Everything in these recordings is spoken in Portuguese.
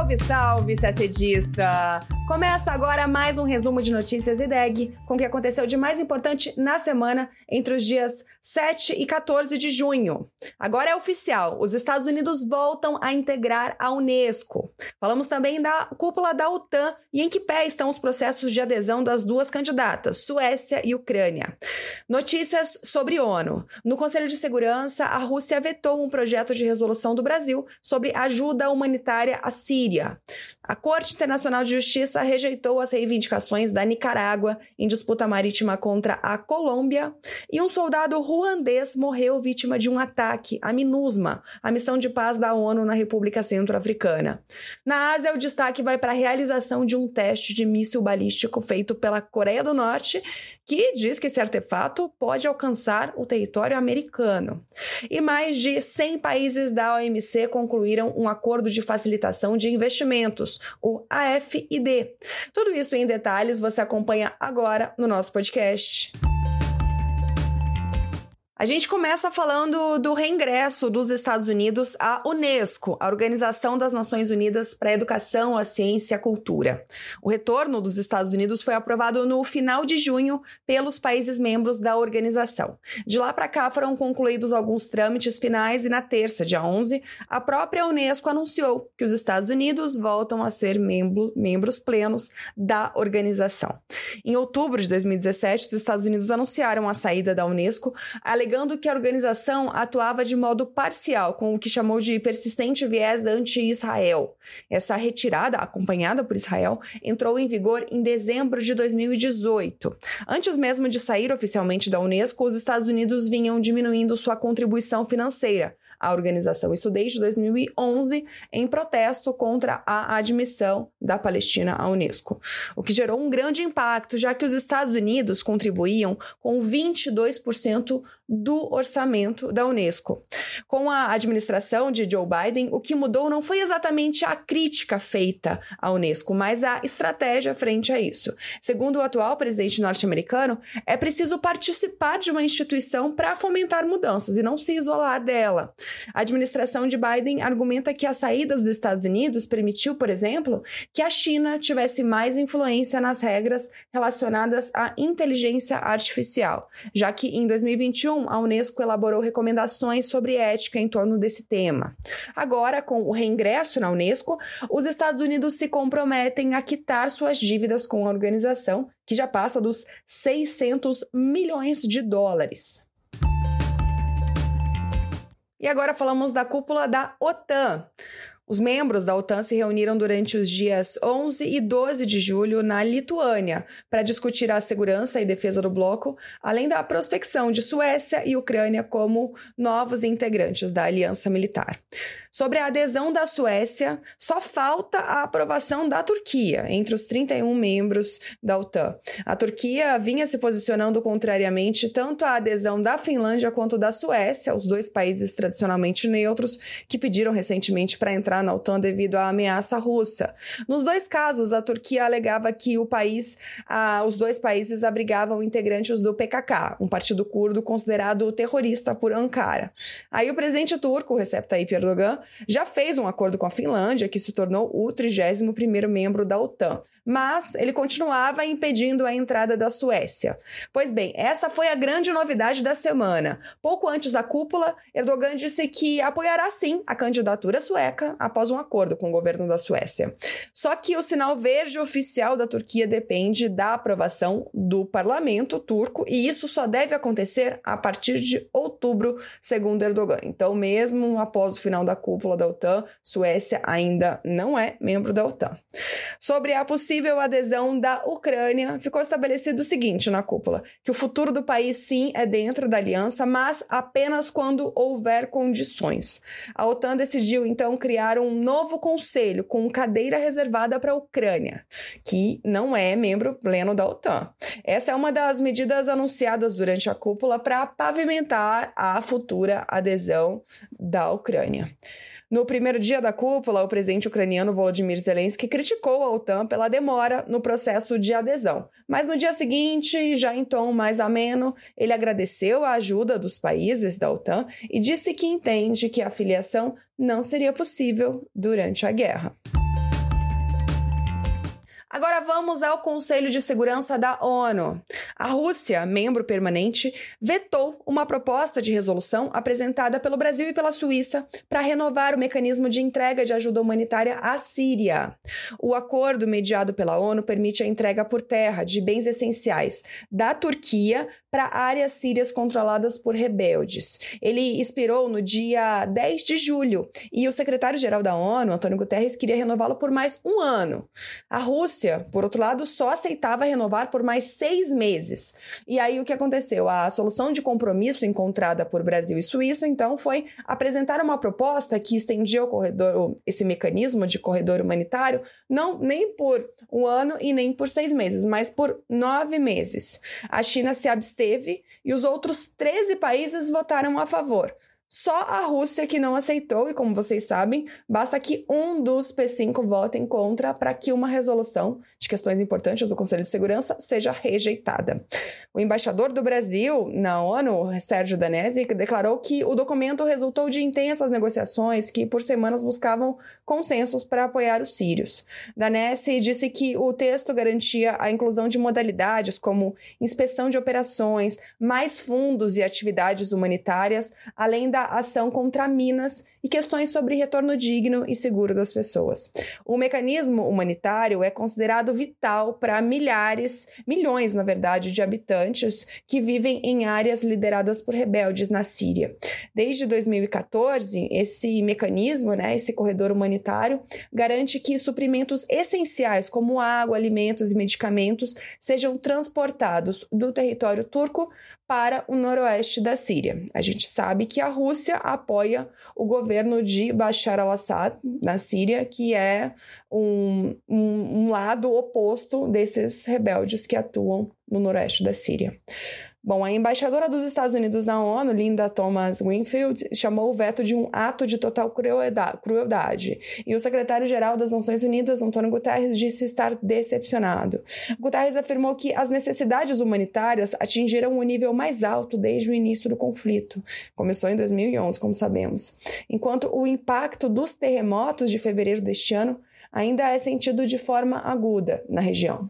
Salve, salve, CACDista! Começa agora mais um resumo de notícias IDEG com o que aconteceu de mais importante na semana entre os dias 7 e 14 de junho. Agora é oficial, os Estados Unidos voltam a integrar a Unesco. Falamos também da cúpula da OTAN e em que pé estão os processos de adesão das duas candidatas, Suécia e Ucrânia. Notícias sobre ONU. No Conselho de Segurança, a Rússia vetou um projeto de resolução do Brasil sobre ajuda humanitária à Síria. A Corte Internacional de Justiça rejeitou as reivindicações da Nicarágua em disputa marítima contra a Colômbia e um soldado ruandês morreu vítima de um ataque à MINUSMA, a missão de paz da ONU na República Centro-Africana. Na Ásia, o destaque vai para a realização de um teste de míssil balístico feito pela Coreia do Norte, que diz que esse artefato pode alcançar o território americano. E mais de 100 países da OMC concluíram um acordo de facilitação de investimentos, o AFID. Tudo isso em detalhes você acompanha agora no nosso podcast. A gente começa falando do reingresso dos Estados Unidos à Unesco, a Organização das Nações Unidas para a Educação, a Ciência e a Cultura. O retorno dos Estados Unidos foi aprovado no final de junho pelos países membros da organização. De lá para cá foram concluídos alguns trâmites finais e na terça, dia 11, a própria Unesco anunciou que os Estados Unidos voltam a ser membros plenos da organização. Em outubro de 2017, os Estados Unidos anunciaram a saída da Unesco, alegando que a organização atuava de modo parcial, com o que chamou de persistente viés anti-Israel. Essa retirada, acompanhada por Israel, entrou em vigor em dezembro de 2018. Antes mesmo de sair oficialmente da Unesco, os Estados Unidos vinham diminuindo sua contribuição financeira à organização, isso desde 2011, em protesto contra a admissão da Palestina à Unesco, o que gerou um grande impacto, já que os Estados Unidos contribuíam com 22% do orçamento da Unesco. Com a administração de Joe Biden, o que mudou não foi exatamente a crítica feita à Unesco, mas a estratégia frente a isso. Segundo o atual presidente norte-americano, é preciso participar de uma instituição para fomentar mudanças e não se isolar dela. A administração de Biden argumenta que a saída dos Estados Unidos permitiu, por exemplo, que a China tivesse mais influência nas regras relacionadas à inteligência artificial, já que em 2021 a Unesco elaborou recomendações sobre ética em torno desse tema. Agora, com o reingresso na Unesco, os Estados Unidos se comprometem a quitar suas dívidas com a organização, que já passa dos 600 milhões de dólares. E agora falamos da cúpula da OTAN. Os membros da OTAN se reuniram durante os dias 11 e 12 de julho na Lituânia para discutir a segurança e defesa do bloco, além da prospecção de Suécia e Ucrânia como novos integrantes da aliança militar. Sobre a adesão da Suécia, só falta a aprovação da Turquia, entre os 31 membros da OTAN. A Turquia vinha se posicionando contrariamente tanto à adesão da Finlândia quanto da Suécia, os dois países tradicionalmente neutros, que pediram recentemente para entrar na OTAN devido à ameaça russa. Nos dois casos, a Turquia alegava que os dois países abrigavam integrantes do PKK, um partido curdo considerado terrorista por Ankara. Aí o presidente turco, Recep Tayyip Erdogan, já fez um acordo com a Finlândia, que se tornou o 31º membro da OTAN, mas ele continuava impedindo a entrada da Suécia. Pois bem, essa foi a grande novidade da semana. Pouco antes da cúpula, Erdogan disse que apoiará sim a candidatura sueca após um acordo com o governo da Suécia. Só que o sinal verde oficial da Turquia depende da aprovação do parlamento turco e isso só deve acontecer a partir de outubro, segundo Erdogan. Então, mesmo após o final da cúpula da OTAN, Suécia ainda não é membro da OTAN. Sobre a possível adesão da Ucrânia, ficou estabelecido o seguinte na cúpula, que o futuro do país sim é dentro da aliança, mas apenas quando houver condições. A OTAN decidiu então criar um novo conselho com cadeira reservada para a Ucrânia, que não é membro pleno da OTAN. Essa é uma das medidas anunciadas durante a cúpula para pavimentar a futura adesão da Ucrânia. No primeiro dia da cúpula, o presidente ucraniano Volodymyr Zelensky criticou a OTAN pela demora no processo de adesão. Mas no dia seguinte, já em tom mais ameno, ele agradeceu a ajuda dos países da OTAN e disse que entende que a filiação não seria possível durante a guerra. Agora vamos ao Conselho de Segurança da ONU. A Rússia, membro permanente, vetou uma proposta de resolução apresentada pelo Brasil e pela Suíça para renovar o mecanismo de entrega de ajuda humanitária à Síria. O acordo mediado pela ONU permite a entrega por terra de bens essenciais da Turquia para áreas sírias controladas por rebeldes. Ele expirou no dia 10 de julho e o secretário-geral da ONU, Antônio Guterres, queria renová-lo por mais um ano. A Rússia, por outro lado, só aceitava renovar por mais 6 meses. E aí o que aconteceu? A solução de compromisso encontrada por Brasil e Suíça, então, foi apresentar uma proposta que estendia esse mecanismo de corredor humanitário, não nem por um ano e nem por 6 meses, mas por 9 meses. A China se absteve e os outros 13 países votaram a favor. Só a Rússia que não aceitou, e como vocês sabem, basta que um dos P5 votem contra para que uma resolução de questões importantes do Conselho de Segurança seja rejeitada. O embaixador do Brasil na ONU, Sérgio Danesi, declarou que o documento resultou de intensas negociações que por semanas buscavam consensos para apoiar os sírios. Danesi disse que o texto garantia a inclusão de modalidades como inspeção de operações, mais fundos e atividades humanitárias, além da ação contra minas e questões sobre retorno digno e seguro das pessoas. O mecanismo humanitário é considerado vital para milhões, na verdade, de habitantes que vivem em áreas lideradas por rebeldes na Síria. Desde 2014, esse mecanismo, esse corredor humanitário, garante que suprimentos essenciais como água, alimentos e medicamentos sejam transportados do território turco para o noroeste da Síria. A gente sabe que a Rússia apoia o governo de Bashar al-Assad na Síria, que é um lado oposto desses rebeldes que atuam no noroeste da Síria. Bom, a embaixadora dos Estados Unidos na ONU, Linda Thomas-Greenfield, chamou o veto de um ato de total crueldade. E o secretário-geral das Nações Unidas, Antônio Guterres, disse estar decepcionado. Guterres afirmou que as necessidades humanitárias atingiram o nível mais alto desde o início do conflito. Começou em 2011, como sabemos. Enquanto o impacto dos terremotos de fevereiro deste ano ainda é sentido de forma aguda na região.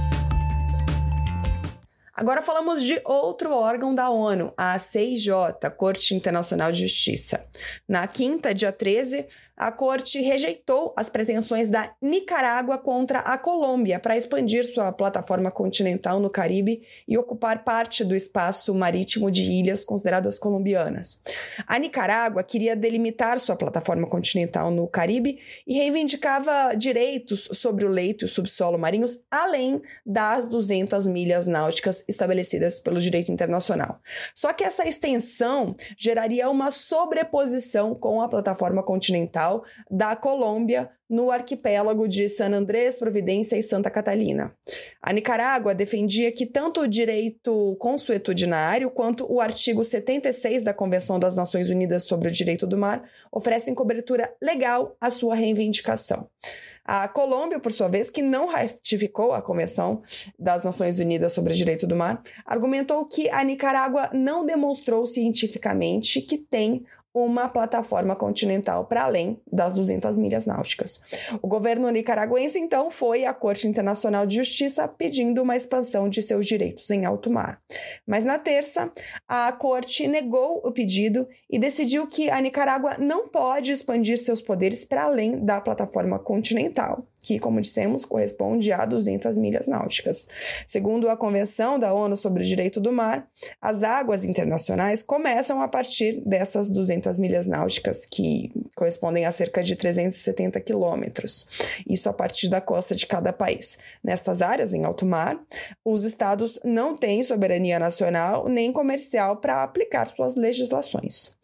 Agora falamos de outro órgão da ONU, a CIJ, Corte Internacional de Justiça. Na quinta, dia 13, a Corte rejeitou as pretensões da Nicarágua contra a Colômbia para expandir sua plataforma continental no Caribe e ocupar parte do espaço marítimo de ilhas consideradas colombianas. A Nicarágua queria delimitar sua plataforma continental no Caribe e reivindicava direitos sobre o leito e o subsolo marinhos além das 200 milhas náuticas estabelecidas pelo direito internacional. Só que essa extensão geraria uma sobreposição com a plataforma continental da Colômbia no arquipélago de San Andrés, Providência e Santa Catalina. A Nicarágua defendia que tanto o direito consuetudinário quanto o artigo 76 da Convenção das Nações Unidas sobre o Direito do Mar oferecem cobertura legal à sua reivindicação. A Colômbia, por sua vez, que não ratificou a Convenção das Nações Unidas sobre o Direito do Mar, argumentou que a Nicarágua não demonstrou cientificamente que tem uma plataforma continental para além das 200 milhas náuticas. O governo nicaragüense, então, foi à Corte Internacional de Justiça pedindo uma expansão de seus direitos em alto mar. Mas na terça, a Corte negou o pedido e decidiu que a Nicarágua não pode expandir seus poderes para além da plataforma continental, que, como dissemos, corresponde a 200 milhas náuticas. Segundo a Convenção da ONU sobre o Direito do Mar, as águas internacionais começam a partir dessas 200 milhas náuticas, que correspondem a cerca de 370 quilômetros. Isso a partir da costa de cada país. Nestas áreas, em alto mar, os estados não têm soberania nacional nem comercial para aplicar suas legislações.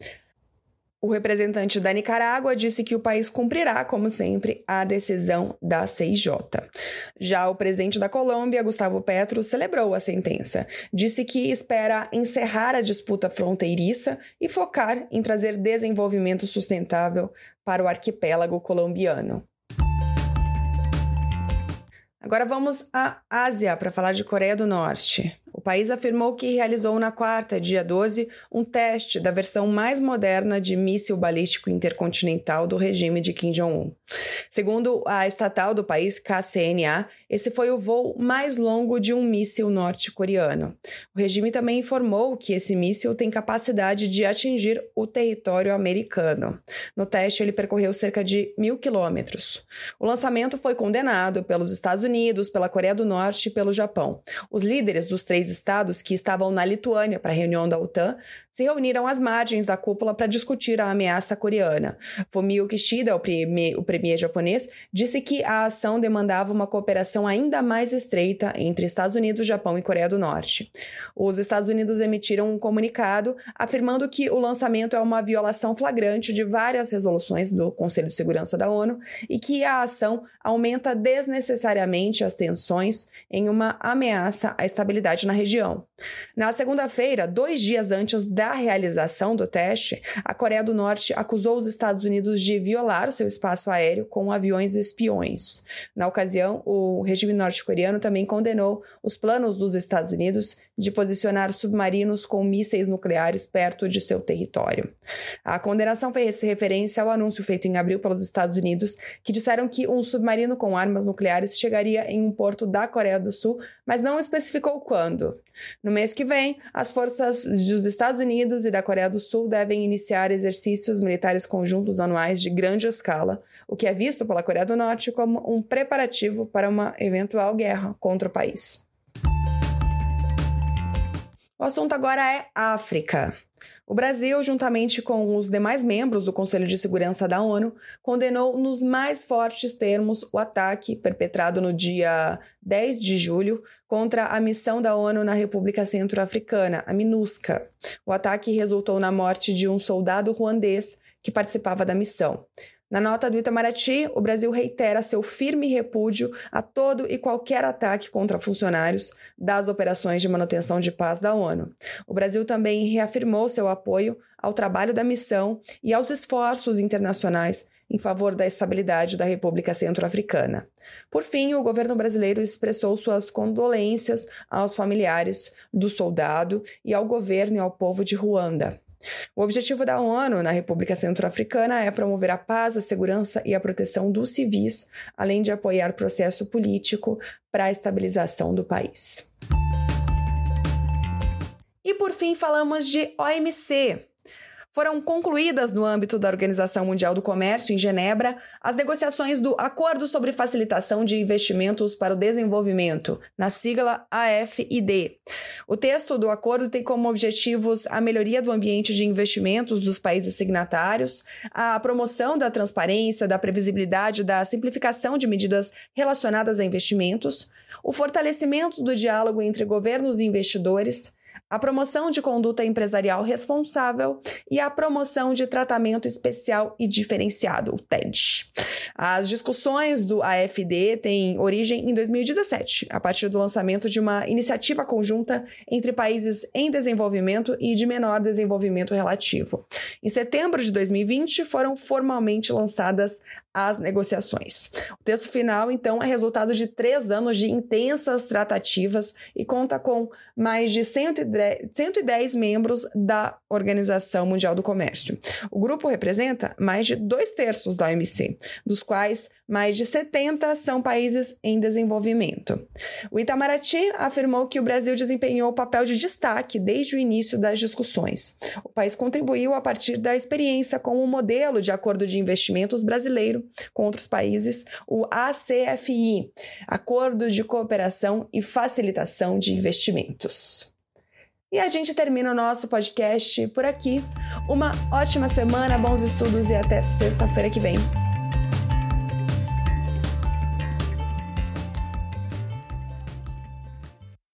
O representante da Nicarágua disse que o país cumprirá, como sempre, a decisão da CIJ. Já o presidente da Colômbia, Gustavo Petro, celebrou a sentença. Disse que espera encerrar a disputa fronteiriça e focar em trazer desenvolvimento sustentável para o arquipélago colombiano. Agora vamos à Ásia para falar de Coreia do Norte. O o país afirmou que realizou na quarta, dia 12, um teste da versão mais moderna de míssil balístico intercontinental do regime de Kim Jong-un. Segundo a estatal do país, KCNA, esse foi o voo mais longo de um míssil norte-coreano. O regime também informou que esse míssil tem capacidade de atingir o território americano. No teste, ele percorreu cerca de 1.000 quilômetros. O lançamento foi condenado pelos Estados Unidos, pela Coreia do Norte e pelo Japão. Os líderes dos 3 estados que estavam na Lituânia para a reunião da OTAN se reuniram às margens da cúpula para discutir a ameaça coreana. Fumio Kishida, o premier japonês, disse que a ação demandava uma cooperação ainda mais estreita entre Estados Unidos, Japão e Coreia do Norte. Os Estados Unidos emitiram um comunicado afirmando que o lançamento é uma violação flagrante de várias resoluções do Conselho de Segurança da ONU e que a ação aumenta desnecessariamente as tensões em uma ameaça à estabilidade na região. Na segunda-feira, 2 dias antes da realização do teste, a Coreia do Norte acusou os Estados Unidos de violar o seu espaço aéreo com aviões espiões. Na ocasião, o regime norte-coreano também condenou os planos dos Estados Unidos de posicionar submarinos com mísseis nucleares perto de seu território. A condenação fez referência ao anúncio feito em abril pelos Estados Unidos, que disseram que um submarino com armas nucleares chegaria em um porto da Coreia do Sul, mas não especificou quando. No mês que vem, as forças dos Estados Unidos e da Coreia do Sul devem iniciar exercícios militares conjuntos anuais de grande escala, o que é visto pela Coreia do Norte como um preparativo para uma eventual guerra contra o país. O assunto agora é África. O Brasil, juntamente com os demais membros do Conselho de Segurança da ONU, condenou nos mais fortes termos o ataque perpetrado no dia 10 de julho contra a missão da ONU na República Centro-Africana, a MINUSCA. O ataque resultou na morte de um soldado ruandês que participava da missão. Na nota do Itamaraty, o Brasil reitera seu firme repúdio a todo e qualquer ataque contra funcionários das operações de manutenção de paz da ONU. O Brasil também reafirmou seu apoio ao trabalho da missão e aos esforços internacionais em favor da estabilidade da República Centro-Africana. Por fim, o governo brasileiro expressou suas condolências aos familiares do soldado e ao governo e ao povo de Ruanda. O objetivo da ONU na República Centro-Africana é promover a paz, a segurança e a proteção dos civis, além de apoiar processo político para a estabilização do país. E por fim, falamos de OMC. Foram concluídas no âmbito da Organização Mundial do Comércio, em Genebra, as negociações do Acordo sobre Facilitação de Investimentos para o Desenvolvimento, na sigla AFID. O texto do acordo tem como objetivos a melhoria do ambiente de investimentos dos países signatários, a promoção da transparência, da previsibilidade, da simplificação de medidas relacionadas a investimentos, o fortalecimento do diálogo entre governos e investidores, a promoção de conduta empresarial responsável e a promoção de tratamento especial e diferenciado, o TED. As discussões do AFD têm origem em 2017, a partir do lançamento de uma iniciativa conjunta entre países em desenvolvimento e de menor desenvolvimento relativo. Em setembro de 2020, foram formalmente lançadas as negociações. O texto final, então, é resultado de 3 anos de intensas tratativas e conta com mais de 110 membros da Organização Mundial do Comércio. O grupo representa mais de 2/3 da OMC, dos quais mais de 70 são países em desenvolvimento. O Itamaraty afirmou que o Brasil desempenhou papel de destaque desde o início das discussões. O país contribuiu a partir da experiência com o modelo de acordo de investimentos brasileiro com outros países, o ACFI, Acordo de Cooperação e Facilitação de Investimentos. E a gente termina o nosso podcast por aqui. Uma ótima semana, bons estudos e até sexta-feira que vem.